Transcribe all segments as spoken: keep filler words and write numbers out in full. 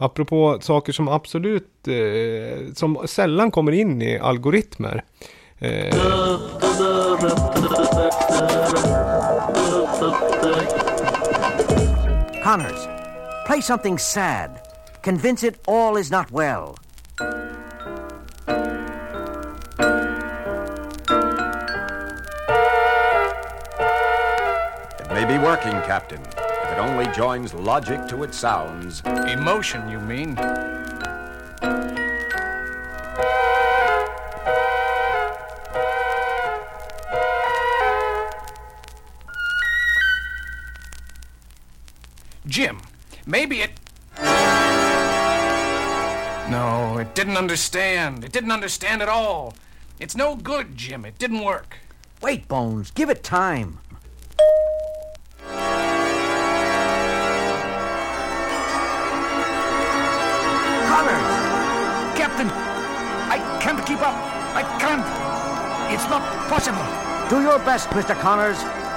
Apropå saker som absolut, eh, som sällan kommer in i algoritmer. Eh. Connors, play something sad. Convince it all is not well. It may be working, Captain. If it only joins logic to its sounds. Emotion, you mean? Jim, maybe it... No, it didn't understand. It didn't understand at all. It's no good, Jim. It didn't work. Wait, Bones, give it time. Connors! Captain, I can't keep up. I can't. It's not possible. Do your best, Mister Connors.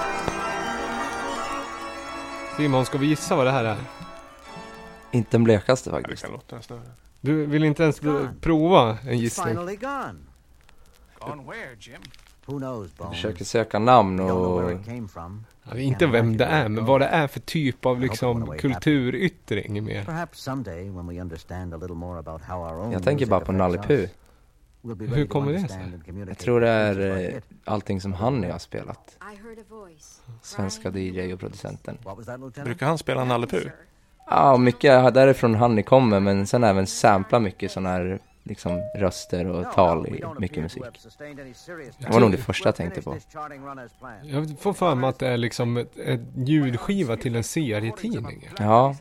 Simon, ska vi gissa vad det här är? Inte den blekaste Det faktiskt. kan låta nästan. Du vill inte ens prova en gissning? Finally gone. Gone where, Jim? Who knows, Jag Bones? försöker söka namn Don't know och... where it came from. Ja, inte vem det är, men vad det är för typ av liksom kulturyttring med. Perhaps someday when we understand a little more about how our own Jag tänker music bara på affects Nalle Puh. us, we'll be Hur ready to kommer det understand sig? and communicate Jag tror det är with things eh, like it. allting som Hanni har spelat. I heard a voice. Svenska D J och producenten. What was that, Lieutenant? Brukar han spela Nalle Puh? Ja, mycket därifrån Hanni kommer, men sen även sampla mycket sådana här liksom röster och tal i mycket musik. Det var nog det första jag tänkte på. Jag får för mig att det är liksom ett, ett ljudskiva till en serietidning. Ja,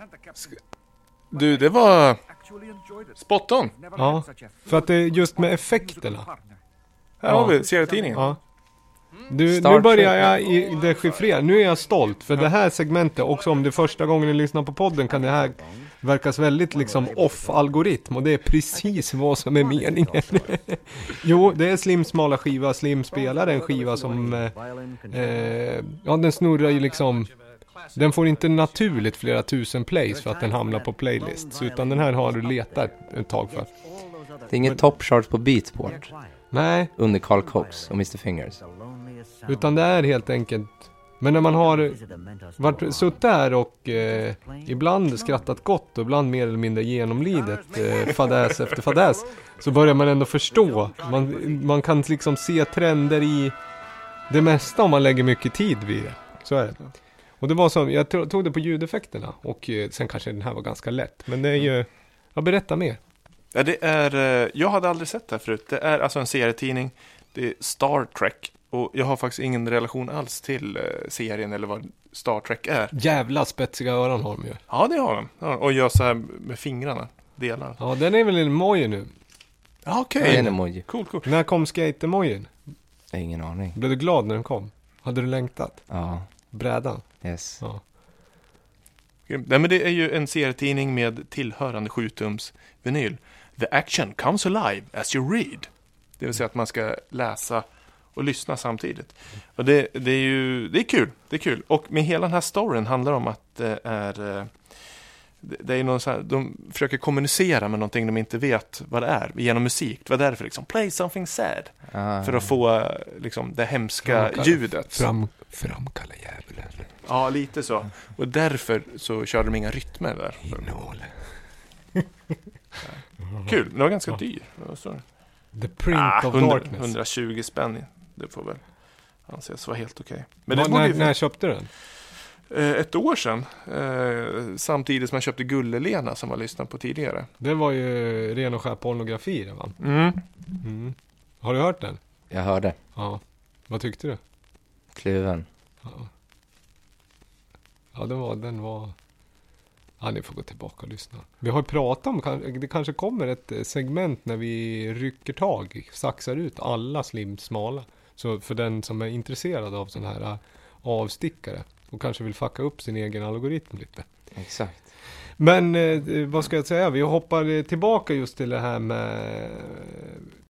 Du, det var spot on. Ja, för att det är just med effekterna. Här har vi serietidningen. Ja. Du, Star nu börjar Trek. jag i dechiffrera. Nu är jag stolt för det här segmentet, också om det är första gången ni lyssnar på podden, kan det här verkas väldigt liksom off-algoritm, och det är precis vad som är meningen. Jo, det är Slim smala skiva. Slim spelar en skiva som eh, eh, ja, den snurrar ju liksom, den får inte naturligt flera tusen plays för att den hamnar på playlists, utan den här har du letat ett tag för. det är inget top chart på Beatport Nej, under Carl Cox och mister Fingers. utan det är helt enkelt. Men när man har varit suttit där och eh, ibland skrattat gott och ibland mer eller mindre genomlidet eh, fadäs efter fadäs, så börjar man ändå förstå. Man, man kan liksom se trender i det mesta om man lägger mycket tid vid det. Så är det. Och det var som, jag tog tog det på ljudeffekterna, och eh, sen kanske den här var ganska lätt. Men det är ju, jag berättar mer. Ja, det är, eh, jag hade aldrig sett det här förut. Det är alltså en serietidning. Det är Star Trek. Och jag har faktiskt ingen relation alls till eh, serien eller vad Star Trek är. Jävla spetsiga öron har de ju. Ja, det har de. Ja, och gör så här med fingrarna. Delar. Ja, den är väl en emoji nu. Ja, okej. Det är en emoji. Cool, cool. När kom skate-emojin? Jag har ingen aning. Blev du glad när den kom? Hade du längtat? Ja, Brädan? yes. Ja. Nej, men det är ju en serietidning med tillhörande sjutums vinyl. The action comes alive as you read. Det vill säga att man ska läsa och lyssna samtidigt. Och det, det är ju det är kul. Det är kul. Och med hela den här storyn handlar om att det är eh, det är någon så här, de försöker kommunicera med någonting de inte vet vad det är genom musik. Det var därför liksom play something sad Ah. för att få liksom det hemska Framkalla- ljudet. Fram, framkalla djävulen. Ja, lite så. Och därför så körde de inga rytmer där. Innehåll. Kul, det var ganska dyr. Vad står det? The print Ah, of hundra, darkness. hundratjugo spänn. Det får väl anses vara helt okej. Men Men det borde när, ju när köpte du den? eh, ett år sedan. Eh, samtidigt som jag köpte Gulle-Lena som jag lyssnat på tidigare. Det var ju ren och skär pornografi det, va? Mm. Mm. Har du hört den? Jag hörde. Ja. Vad tyckte du? Kluven. Ja, ja den var... Den var... Ja, ni får gå tillbaka och lyssna. Vi har ju pratat om, kan- det kanske kommer ett eh, segment när vi rycker tag, saxar ut alla slim smala. Så för den som är intresserad av sån här eh, avstickare och kanske vill fucka upp sin egen algoritm lite. Exakt. Men eh, vad ska jag säga? Vi hoppar eh, tillbaka just till det här med